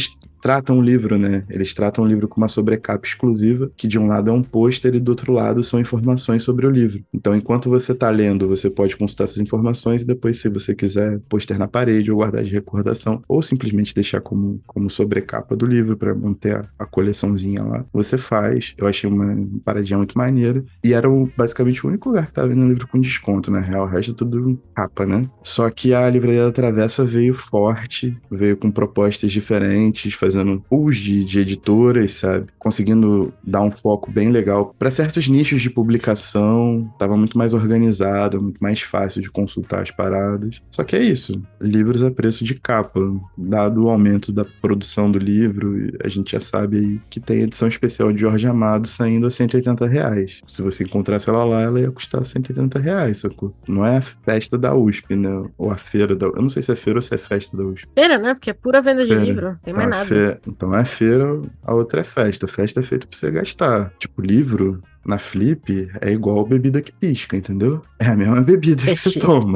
[SPEAKER 2] tratam o livro, né? Eles tratam o livro com uma sobrecapa exclusiva, que de um lado é um pôster e do outro lado são informações sobre o livro. Então, enquanto você tá lendo, você pode consultar essas informações e depois, se você quiser, pôster na parede ou guardar de recordação, ou simplesmente deixar como, como sobrecapa do livro para manter a, a coleçãozinha lá. Você faz. Eu achei uma paradinha muito maneira. E era o, basicamente o único lugar que tava vendo um livro com desconto, na real. O resto é tudo capa, né? Só que a Livraria da Travessa veio forte, veio com propostas diferentes, fazendo pools de, de editoras, sabe? Conseguindo dar um foco bem legal para certos nichos de publicação. Tava muito mais organizado, muito mais fácil de consultar as paradas. Só que é isso. Livros a preço de capa. Dado o aumento da produção do livro, a gente já sabe aí que tem edição especial de Jorge Amado saindo a cento e oitenta reais. Se você encontrasse ela lá, ela ia custar cento e oitenta reais, sacou? Não é a festa da U S P, né? Ou a feira da... Eu não sei se é feira ou se é festa da U S P.
[SPEAKER 1] Feira, né? Porque é pura venda de
[SPEAKER 2] Feira.
[SPEAKER 1] livro, não tem
[SPEAKER 2] Então,
[SPEAKER 1] mais
[SPEAKER 2] é
[SPEAKER 1] nada.
[SPEAKER 2] fe... então é feira, a outra é festa. Festa é feita pra você gastar. Tipo, livro na Flip é igual bebida que pisca, entendeu? É a mesma bebida que você toma.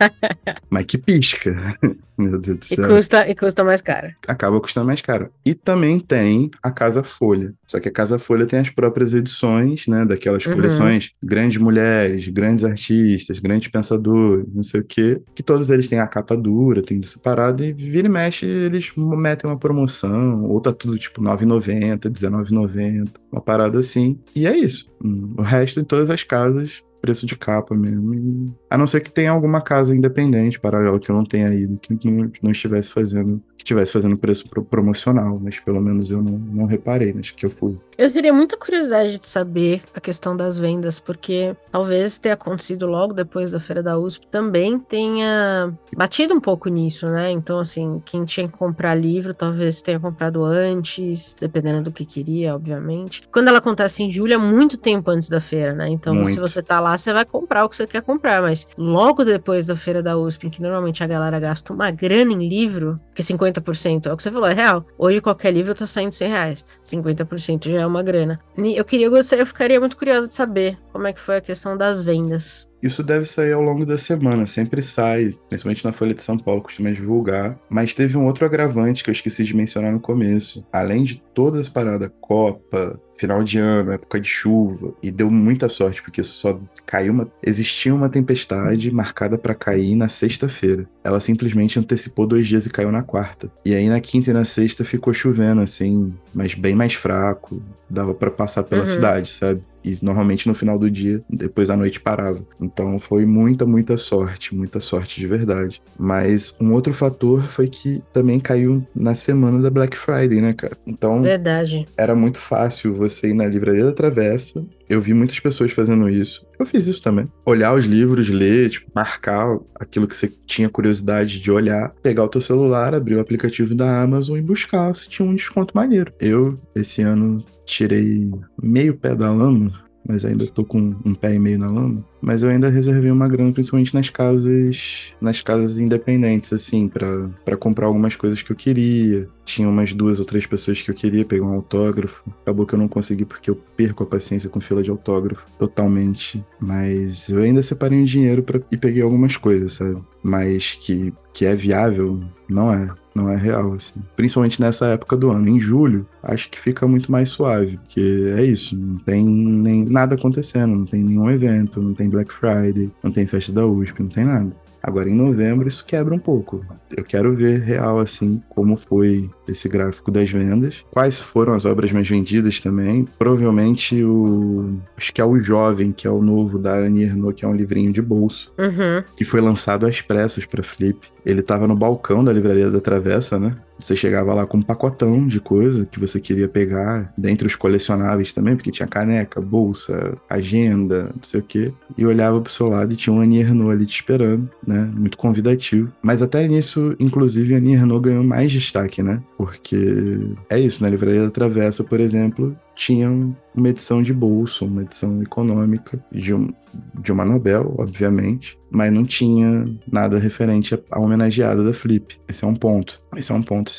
[SPEAKER 2] Mas que pisca. Meu Deus do
[SPEAKER 1] E
[SPEAKER 2] céu.
[SPEAKER 1] custa, e custa mais caro.
[SPEAKER 2] Acaba custando mais caro. E também tem a Casa Folha. Só que a Casa Folha tem as próprias edições, né? Daquelas
[SPEAKER 1] Uhum.
[SPEAKER 2] coleções grandes mulheres, grandes artistas, grandes pensadores, não sei o quê. Que todos eles têm a capa dura, tem essa parada. E vira e mexe, eles metem uma promoção. Ou tá tudo tipo nove reais e noventa centavos, dezenove reais e noventa centavos. Uma parada assim. E é isso. O resto em todas as casas, preço de capa mesmo. E... a não ser que tenha alguma casa independente, paralela, que eu não tenha ido, que não, não estivesse fazendo, que estivesse fazendo preço pro, promocional, mas pelo menos eu não, não reparei, mas que eu fui.
[SPEAKER 1] Eu teria muita curiosidade de saber a questão das vendas, porque talvez tenha acontecido logo depois da Feira da U S P também tenha batido um pouco nisso, né? Então, assim, quem tinha que comprar livro talvez tenha comprado antes, dependendo do que queria, obviamente. Quando ela acontece em julho, é muito tempo antes da feira, né? Então,
[SPEAKER 2] Muito.
[SPEAKER 1] se você tá lá, você vai comprar o que você quer comprar, mas logo depois da Feira da U S P, em que normalmente a galera gasta uma grana em livro, porque cinquenta por cento é o que você falou, é real. Hoje qualquer livro tá saindo cem reais. cinquenta por cento já é uma grana. Eu queria, eu ficaria muito curiosa de saber como é que foi a questão das vendas.
[SPEAKER 2] Isso deve sair ao longo da semana, sempre sai, principalmente na Folha de São Paulo, costuma divulgar. Mas teve um outro agravante que eu esqueci de mencionar no começo. Além de todas as paradas, Copa, final de ano, época de chuva, e deu muita sorte, porque só caiu uma... existia uma tempestade marcada para cair na sexta-feira. Ela simplesmente antecipou dois dias e caiu na quarta. E aí na quinta e na sexta ficou chovendo, assim, mas bem mais fraco. Dava para passar pela
[SPEAKER 1] Uhum.
[SPEAKER 2] cidade, sabe? E normalmente no final do dia, depois à noite parava. Então foi muita, muita sorte, muita sorte de verdade. Mas um outro fator foi que também caiu na semana da Black Friday, né, cara? Então
[SPEAKER 1] Verdade.
[SPEAKER 2] era muito fácil você ir na Livraria da Travessa. Eu vi muitas pessoas fazendo isso. Eu fiz isso também. Olhar os livros, ler, tipo, marcar aquilo que você tinha curiosidade de olhar, pegar o teu celular, abrir o aplicativo da Amazon e buscar se tinha um desconto maneiro. Eu, esse ano, tirei meio pé da lama, mas ainda tô com um pé e meio na lama. Mas eu ainda reservei uma grana, principalmente nas casas, nas casas independentes, assim, pra, pra comprar algumas coisas que eu queria. Tinha umas duas ou três pessoas que eu queria pegar um autógrafo. Acabou que eu não consegui porque eu perco a paciência com fila de autógrafo totalmente. Mas eu ainda separei um dinheiro pra, e peguei algumas coisas, sabe? Mas que, que é viável, não é. Não é real, assim. Principalmente nessa época do ano. Em julho, acho que fica muito mais suave. Porque é isso, não tem nem nada acontecendo. Não tem nenhum evento, não tem Black Friday, não tem festa da U S P, não tem nada. Agora, em novembro, isso quebra um pouco. Eu quero ver real, assim, como foi esse gráfico das vendas. Quais foram as obras mais vendidas também. Provavelmente o... acho que é o Jovem, que é o novo da Annie Ernaux, que é um livrinho de bolso.
[SPEAKER 1] Uhum.
[SPEAKER 2] Que foi lançado às pressas pra Flip. Ele tava no balcão da Livraria da Travessa, né? Você chegava lá com um pacotão de coisa que você queria pegar, dentre os colecionáveis também, porque tinha caneca, bolsa, agenda, não sei o quê. E olhava pro seu lado e tinha um Annie Ernaux ali te esperando, né? Muito convidativo. Mas até nisso, inclusive, a Annie Ernaux ganhou mais destaque, né? Porque é isso, na Livraria da Travessa, por exemplo, tinha uma edição de bolso, uma edição econômica de, um, de uma Nobel, obviamente, mas não tinha nada referente à homenageada da Flip. Esse é um ponto. Esse é um ponto, sim.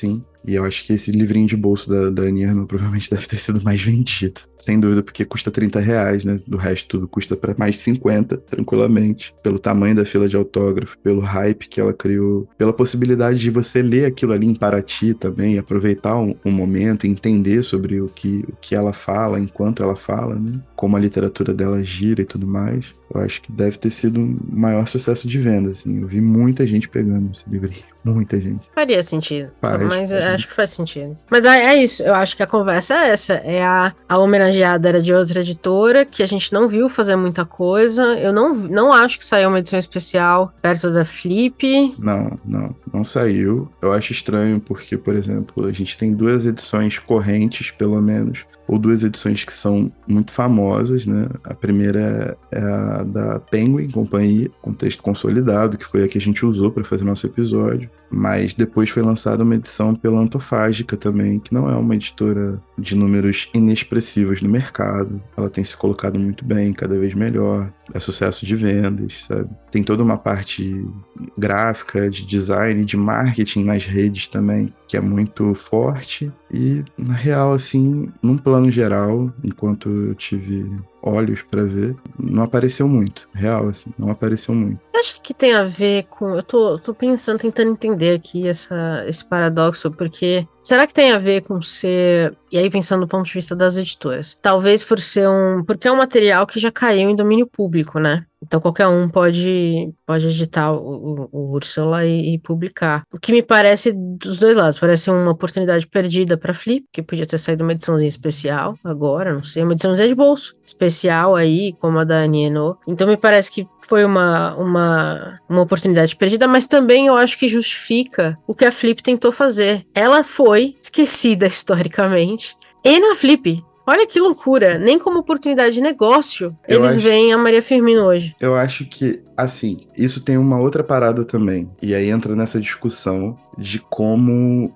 [SPEAKER 2] E eu acho que esse livrinho de bolso da, da Annie Herman provavelmente deve ter sido mais vendido. Sem dúvida, porque custa trinta reais, né? Do resto tudo custa para mais de cinquenta, tranquilamente. Pelo tamanho da fila de autógrafo, pelo hype que ela criou, pela possibilidade de você ler aquilo ali em Paraty também, aproveitar um, um momento e entender sobre o que, o que ela fala, enquanto ela fala, né? Como a literatura dela gira e tudo mais. Eu acho que deve ter sido um maior sucesso de venda, assim. Eu vi muita gente pegando esse livrinho. Muita gente.
[SPEAKER 1] Faria sentido.
[SPEAKER 2] Faz,
[SPEAKER 1] mas
[SPEAKER 2] faz.
[SPEAKER 1] acho que faz sentido. Mas é, é isso. Eu acho que a conversa é essa. É a, a homenageada era de outra editora, que a gente não viu fazer muita coisa. Eu não, não acho que saiu uma edição especial perto da Flip.
[SPEAKER 2] Não, não. Não saiu. Eu acho estranho porque, por exemplo, a gente tem duas edições correntes, pelo menos, ou duas edições que são muito famosas, né? A primeira é a da Penguin Companhia, com texto consolidado, que foi a que a gente usou para fazer nosso episódio. Mas depois foi lançada uma edição pela Antofágica também, que não é uma editora de números inexpressivos no mercado. Ela tem se colocado muito bem, cada vez melhor. É sucesso de vendas, sabe? Tem toda uma parte gráfica, de design, de marketing nas redes também, que é muito forte. E, na real, assim, num plano geral, enquanto eu tive olhos pra ver, não apareceu muito. Real, assim, não apareceu muito.
[SPEAKER 1] Acho que tem a ver com... Eu tô, tô pensando, tentando entender aqui essa, esse paradoxo, porque... Será que tem a ver com ser... E aí, pensando do ponto de vista das editoras. Talvez por ser um... Porque é um material que já caiu em domínio público, né? Então, qualquer um pode, pode editar o, o, o Úrsula e, e publicar. O que me parece dos dois lados. Parece uma oportunidade perdida para Flip, que podia ter saído uma ediçãozinha especial agora, não sei. Uma ediçãozinha de bolso especial aí, como a da Annie Ernaux. Então, me parece que foi uma, uma, uma oportunidade perdida, mas também eu acho que justifica o que a Flip tentou fazer. Ela foi esquecida historicamente e na Flip. Olha que loucura, nem como oportunidade de negócio
[SPEAKER 2] Eu
[SPEAKER 1] eles
[SPEAKER 2] acho-
[SPEAKER 1] veem a Maria Firmino hoje.
[SPEAKER 2] Eu acho que, assim, isso tem uma outra parada também. E aí entra nessa discussão de como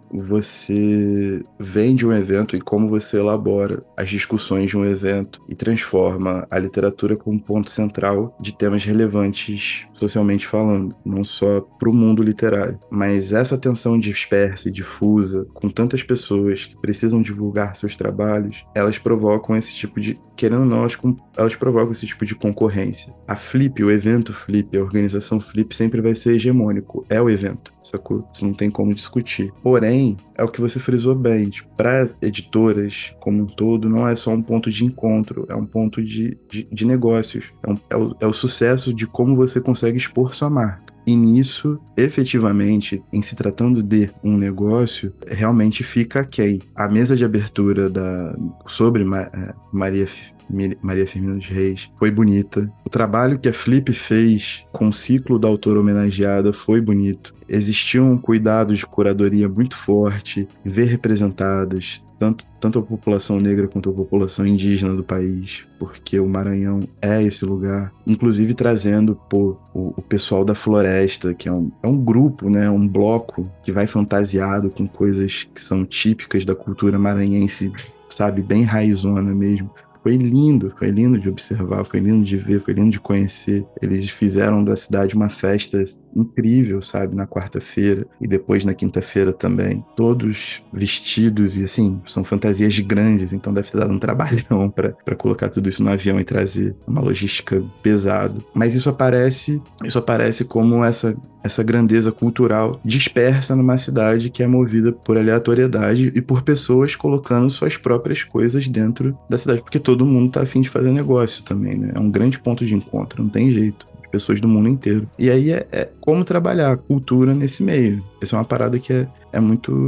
[SPEAKER 2] você vende um evento e como você elabora as discussões de um evento e transforma a literatura como ponto central de temas relevantes socialmente falando, não só para o mundo literário. Mas essa atenção dispersa e difusa, com tantas pessoas que precisam divulgar seus trabalhos, elas provocam esse tipo de... Querendo ou não, elas, elas provocam esse tipo de concorrência. A Flip, o evento Flip, a organização Flip sempre vai ser hegemônico. É o evento, sacou? Isso não tem como discutir. Porém, é o que você frisou bem. Tipo, para editoras como um todo, não é só um ponto de encontro, é um ponto de, de, de negócios. É, um, é, o, é o sucesso de como você consegue expor sua marca. E nisso, efetivamente, em se tratando de um negócio, realmente fica aquém. A mesa de abertura da, sobre Ma, Maria, Maria Firmina dos Reis foi bonita. O trabalho que a Flip fez com o ciclo da autora homenageada foi bonito. Existia um cuidado de curadoria muito forte, ver representadas tanto, tanto a população negra quanto a população indígena do país, porque o Maranhão é esse lugar, inclusive trazendo pô, o, o pessoal da floresta, que é um, é um grupo, né, um bloco que vai fantasiado com coisas que são típicas da cultura maranhense, sabe, bem raizona mesmo. Foi lindo, foi lindo de observar, foi lindo de ver, foi lindo de conhecer. Eles fizeram da cidade uma festa incrível, sabe, na quarta-feira e depois na quinta-feira também. Todos vestidos e, assim, são fantasias grandes, então deve ter dado um trabalhão para colocar tudo isso no avião e trazer uma logística pesada. Mas isso aparece, isso aparece como essa, essa grandeza cultural dispersa numa cidade que é movida por aleatoriedade e por pessoas colocando suas próprias coisas dentro da cidade, porque todo mundo tá afim de fazer negócio também, né? É um grande ponto de encontro, não tem jeito. Pessoas do mundo inteiro. E aí é, é como trabalhar a cultura nesse meio. Essa é uma parada que é, é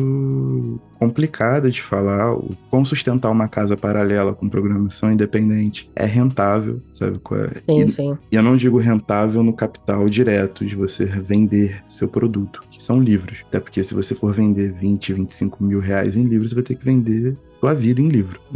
[SPEAKER 2] muito complicada de falar. O, como sustentar uma casa paralela com programação independente é rentável, sabe qual é?
[SPEAKER 1] Sim,
[SPEAKER 2] e,
[SPEAKER 1] sim.
[SPEAKER 2] E eu não digo rentável no capital direto de você vender seu produto, que são livros. Até porque se você for vender vinte, vinte e cinco mil reais em livros, você vai ter que vender sua vida em livro, né?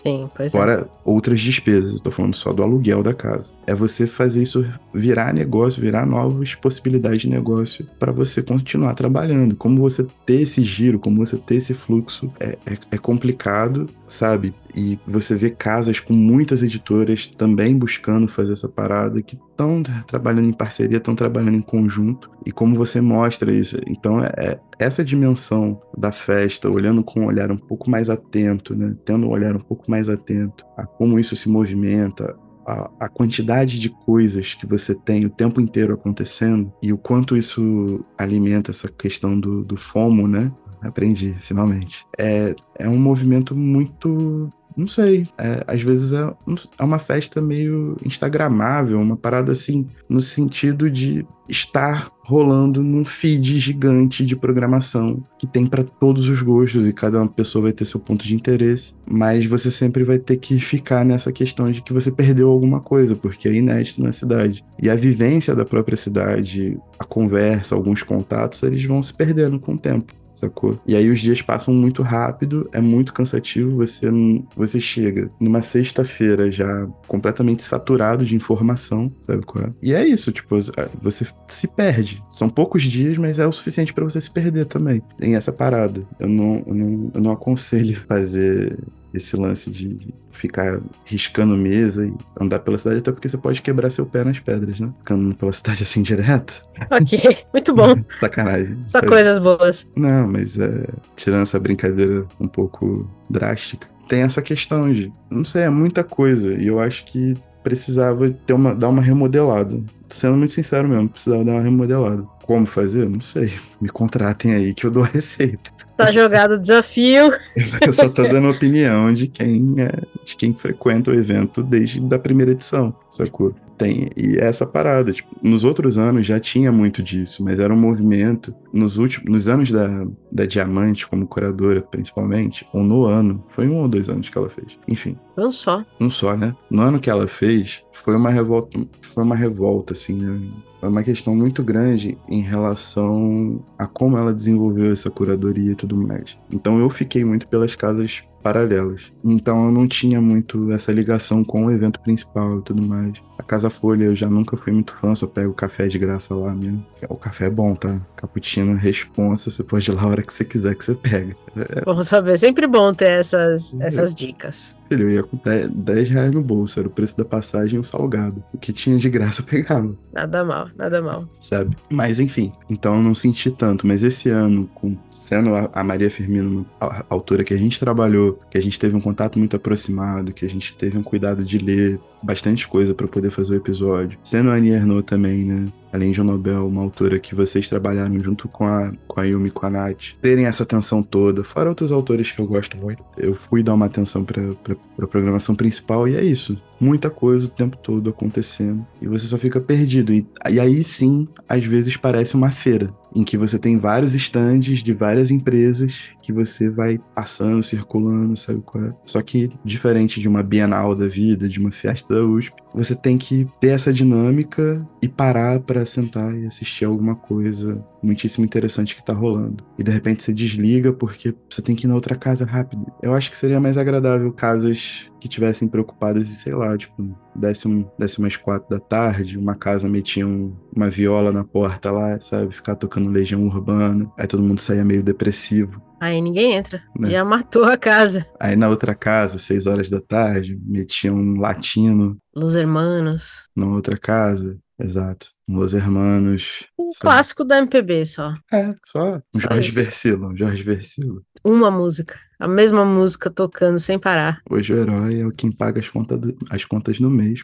[SPEAKER 1] Sim, pois é.
[SPEAKER 2] Fora outras despesas, eu tô falando só do aluguel da casa. É você fazer isso virar negócio, virar novas possibilidades de negócio para você continuar trabalhando. Como você ter esse giro, como você ter esse fluxo, é, é, é complicado, sabe? E você vê casas com muitas editoras também buscando fazer essa parada, que estão trabalhando em parceria, estão trabalhando em conjunto. E como você mostra isso? Então, é, é essa dimensão da festa, olhando com um olhar um pouco mais atento, né? Tendo um olhar um pouco mais atento a como isso se movimenta, a, a quantidade de coisas que você tem o tempo inteiro acontecendo e o quanto isso alimenta essa questão do, do FOMO, né? Aprendi, finalmente. É, é um movimento muito... Não sei, é, às vezes é, é uma festa meio instagramável, uma parada assim, no sentido de estar rolando num feed gigante de programação que tem para todos os gostos e cada uma pessoa vai ter seu ponto de interesse, mas você sempre vai ter que ficar nessa questão de que você perdeu alguma coisa, porque é inédito na cidade. E a vivência da própria cidade, a conversa, alguns contatos, eles vão se perdendo com o tempo. Sacou? E aí os dias passam muito rápido, é muito cansativo, você, você chega numa sexta-feira já completamente saturado de informação, sabe qual é? E é isso, tipo, você se perde. São poucos dias, mas é o suficiente pra você se perder também. Tem essa parada. Eu não, eu não, eu não aconselho fazer esse lance de ficar riscando mesa e andar pela cidade, até porque você pode quebrar seu pé nas pedras, né? Ficando pela cidade assim direto.
[SPEAKER 1] Ok, muito bom.
[SPEAKER 2] Sacanagem.
[SPEAKER 1] Só coisas boas.
[SPEAKER 2] Não, mas é, tirando essa brincadeira um pouco drástica, tem essa questão de, não sei, é muita coisa, e eu acho que precisava ter uma, dar uma remodelada. Tô sendo muito sincero mesmo, precisava dar uma remodelada. Como fazer? Não sei. Me contratem aí que eu dou a receita.
[SPEAKER 1] Tá jogado o desafio.
[SPEAKER 2] Eu só tô dando opinião de quem, é, de quem frequenta o evento desde a primeira edição, sacou? Tem, e é essa parada, tipo, nos outros anos já tinha muito disso, mas era um movimento, nos últimos, nos anos da, da Diamante, como curadora, principalmente, ou no ano, foi um ou dois anos que ela fez, enfim.
[SPEAKER 1] Um só.
[SPEAKER 2] Um só, né? No ano que ela fez, foi uma revolta, foi uma revolta, assim, né? Foi uma questão muito grande em relação a como ela desenvolveu essa curadoria e tudo mais. Então eu fiquei muito pelas casas paralelas. Então eu não tinha muito essa ligação com o evento principal e tudo mais. A Casa Folha eu já nunca fui muito fã, só pego café de graça lá mesmo. O café é bom, tá? Cappuccino, responsa, você pode ir lá a hora que você quiser que você pega. É...
[SPEAKER 1] Vamos saber, sempre bom ter essas, essas dicas.
[SPEAKER 2] Filho, eu ia com dez reais no bolso, era o preço da passagem e o salgado. O que tinha de graça eu pegava.
[SPEAKER 1] Nada mal, nada mal.
[SPEAKER 2] Sabe? Mas enfim, então eu não senti tanto. Mas esse ano, com, sendo a, a Maria Firmino a, a autora que a gente trabalhou, que a gente teve um contato muito aproximado, que a gente teve um cuidado de ler bastante coisa para poder fazer o episódio. Sendo a Annie Ernaux também, né? Além de um Nobel, uma autora que vocês trabalharam junto com a, com a Yumi e com a Nath, terem essa atenção toda, fora outros autores que eu gosto muito. Eu fui dar uma atenção pra, pra, pra programação principal e é isso. Muita coisa o tempo todo acontecendo. E você só fica perdido. E, e aí sim, às vezes parece uma feira, em que você tem vários estandes de várias empresas que você vai passando, circulando, sabe qual é? Só que, diferente de uma Bienal da vida, de uma festa da U S P, você tem que ter essa dinâmica e parar para sentar e assistir alguma coisa muitíssimo interessante que tá rolando. E de repente você desliga porque você tem que ir na outra casa rápido. Eu acho que seria mais agradável casas que tivessem preocupadas e, sei lá, tipo, desse, um, desse umas quatro da tarde, uma casa metia um, uma viola na porta lá, sabe? Ficar tocando Legião Urbana. Aí todo mundo saía meio depressivo.
[SPEAKER 1] Aí ninguém entra.
[SPEAKER 2] Né?
[SPEAKER 1] Já matou a casa.
[SPEAKER 2] Aí na outra casa, seis horas da tarde, metia um latino.
[SPEAKER 1] Los Hermanos.
[SPEAKER 2] Na outra casa, exato. Los Hermanos.
[SPEAKER 1] Um
[SPEAKER 2] sabe?
[SPEAKER 1] clássico da M P B só.
[SPEAKER 2] É, só. Um
[SPEAKER 1] Só
[SPEAKER 2] Jorge
[SPEAKER 1] isso.
[SPEAKER 2] Versilo, um Jorge Versilo.
[SPEAKER 1] Uma música. A mesma música tocando sem parar.
[SPEAKER 2] Hoje o herói é o quem paga as, conta do, as contas do mês.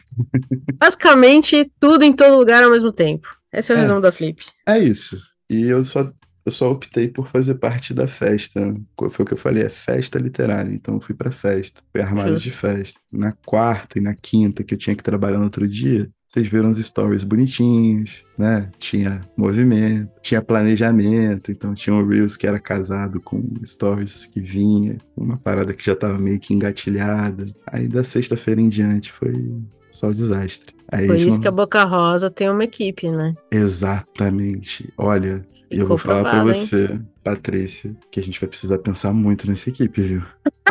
[SPEAKER 1] Basicamente, tudo em todo lugar ao mesmo tempo. Esse é o
[SPEAKER 2] É.
[SPEAKER 1] resumo da Flip.
[SPEAKER 2] É isso. E eu só, eu só optei por fazer parte da festa. Foi o que eu falei, é festa literária. Então eu fui pra festa. Fui armado
[SPEAKER 1] Justo.
[SPEAKER 2] de festa. Na quarta e na quinta, que eu tinha que trabalhar no outro dia, vocês viram os stories bonitinhos, né? Tinha movimento, tinha planejamento. Então tinha um Reels que era casado com stories que vinha. Uma parada que já tava meio que engatilhada. Aí da sexta-feira em diante foi só o desastre. Aí
[SPEAKER 1] Por
[SPEAKER 2] a gente
[SPEAKER 1] isso
[SPEAKER 2] não...
[SPEAKER 1] que a Boca Rosa tem uma equipe, né?
[SPEAKER 2] Exatamente. Olha, e eu
[SPEAKER 1] Ficou
[SPEAKER 2] vou falar pra
[SPEAKER 1] provado, hein?
[SPEAKER 2] você, Patrícia, que a gente vai precisar pensar muito nessa equipe, viu?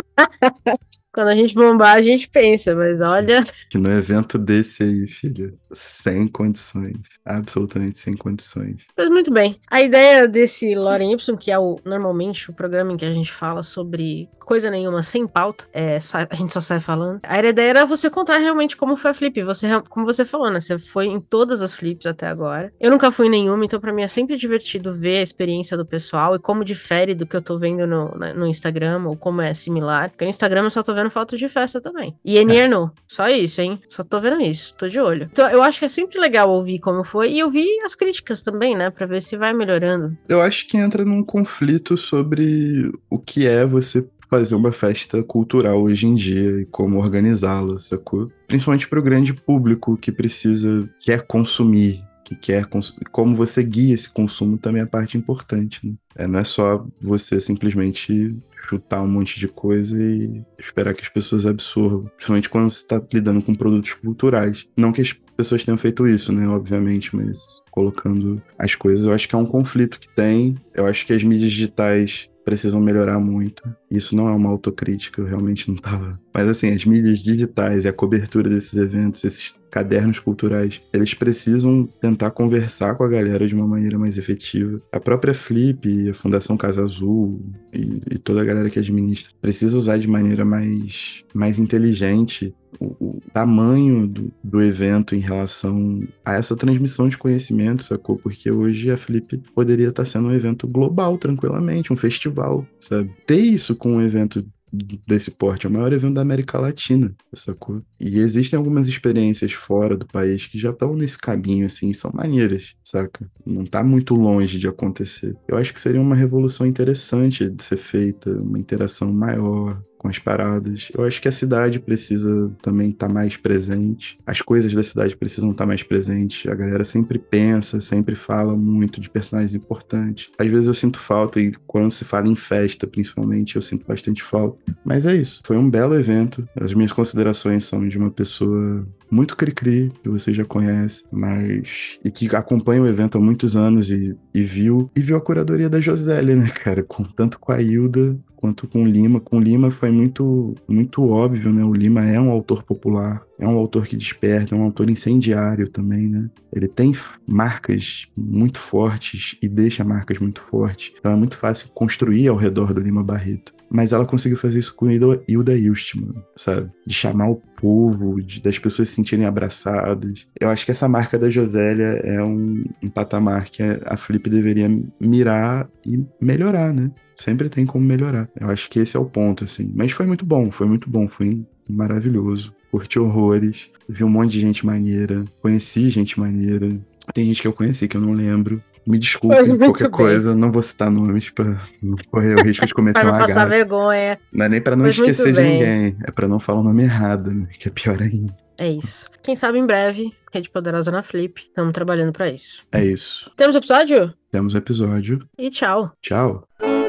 [SPEAKER 1] Quando a gente bombar, a gente pensa, mas olha...
[SPEAKER 2] Que no evento desse aí, filha, sem condições. Absolutamente sem condições.
[SPEAKER 1] Mas muito bem. A ideia desse Lorem Ipsum, que é o, normalmente o programa em que a gente fala sobre coisa nenhuma sem pauta, é, a gente só sai falando. A ideia era você contar realmente como foi a Flip. Você, como você falou, né? Você foi em todas as Flips até agora. Eu nunca fui em nenhuma, então pra mim é sempre divertido ver a experiência do pessoal e como difere do que eu tô vendo no, no Instagram, ou como é similar. Porque no Instagram eu só tô vendo fotos de festa também. E Enier no. Só isso, hein? Só tô vendo isso. Tô de olho. Então eu acho que é sempre legal ouvir como foi e ouvir as críticas também, né? Pra ver se vai melhorando.
[SPEAKER 2] Eu acho que entra num conflito sobre o que é você fazer uma festa cultural hoje em dia e como organizá-la, sacou? Principalmente pro grande público que precisa, quer consumir, que quer consumir. Como você guia esse consumo também é parte importante, né? É, não é só você simplesmente chutar um monte de coisa e esperar que as pessoas absorvam. Principalmente quando você está lidando com produtos culturais. Não que as pessoas tenham feito isso, né? Obviamente, mas colocando as coisas, eu acho que é um conflito que tem. Eu acho que as mídias digitais precisam melhorar muito. Isso não é uma autocrítica, eu realmente não tava... Mas assim, as mídias digitais e a cobertura desses eventos, esses cadernos culturais, eles precisam tentar conversar com a galera de uma maneira mais efetiva. A própria Flip, a Fundação Casa Azul e, e toda a galera que administra precisa usar de maneira mais, mais inteligente o, o tamanho do, do evento em relação a essa transmissão de conhecimento, sacou? Porque hoje a Flip poderia estar sendo um evento global, tranquilamente, um festival, sabe? Ter isso com um evento desse porte, é o maior evento da América Latina, sacou? E existem algumas experiências fora do país que já estão nesse caminho, assim, são maneiras, saca? Não tá muito longe de acontecer. Eu acho que seria uma revolução interessante de ser feita, uma interação maior com as paradas. Eu acho que a cidade precisa também estar tá mais presente. As coisas da cidade precisam estar tá mais presentes. A galera sempre pensa, sempre fala muito de personagens importantes. Às vezes eu sinto falta, e quando se fala em festa, principalmente, eu sinto bastante falta. Mas é isso. Foi um belo evento. As minhas considerações são de uma pessoa muito cri-cri, que você já conhece, mas... e que acompanha o evento há muitos anos e, e viu... e viu a curadoria da Josélia, né, cara? Com, tanto com a Hilda quanto com o Lima. Com o Lima foi muito, muito óbvio, né? O Lima é um autor popular, é um autor que desperta, é um autor incendiário também, né? Ele tem marcas muito fortes e deixa marcas muito fortes. Então é muito fácil construir ao redor do Lima Barreto. Mas ela conseguiu fazer isso com Hilda Hilstmann, sabe? De chamar o povo, de, das pessoas se sentirem abraçadas. Eu acho que essa marca da Josélia é um, um patamar que a Flip deveria mirar e melhorar, né? Sempre tem como melhorar. Eu acho que esse é o ponto, assim. Mas foi muito bom, foi muito bom, foi maravilhoso. Curti horrores, vi um monte de gente maneira, conheci gente maneira. Tem gente que eu conheci que eu não lembro. Me desculpem qualquer bem. coisa, não vou citar nomes pra não correr o risco de cometer uma
[SPEAKER 1] Para não passar
[SPEAKER 2] gafe.
[SPEAKER 1] vergonha.
[SPEAKER 2] Não é nem pra não
[SPEAKER 1] pois
[SPEAKER 2] esquecer de ninguém, é pra não falar o nome errado, né? Que é pior ainda.
[SPEAKER 1] É isso. Quem sabe em breve, Rede Poderosa na Flip, estamos trabalhando pra isso.
[SPEAKER 2] É isso.
[SPEAKER 1] Temos episódio?
[SPEAKER 2] Temos episódio.
[SPEAKER 1] E tchau.
[SPEAKER 2] Tchau.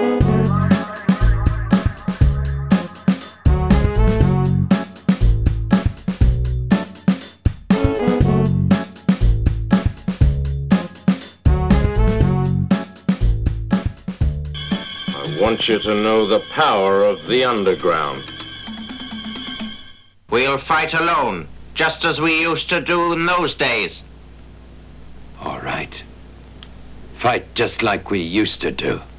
[SPEAKER 3] I want you to know the power of the underground.
[SPEAKER 4] We'll fight alone, just as we used to do in those days.
[SPEAKER 5] All right. Fight just like we used to do.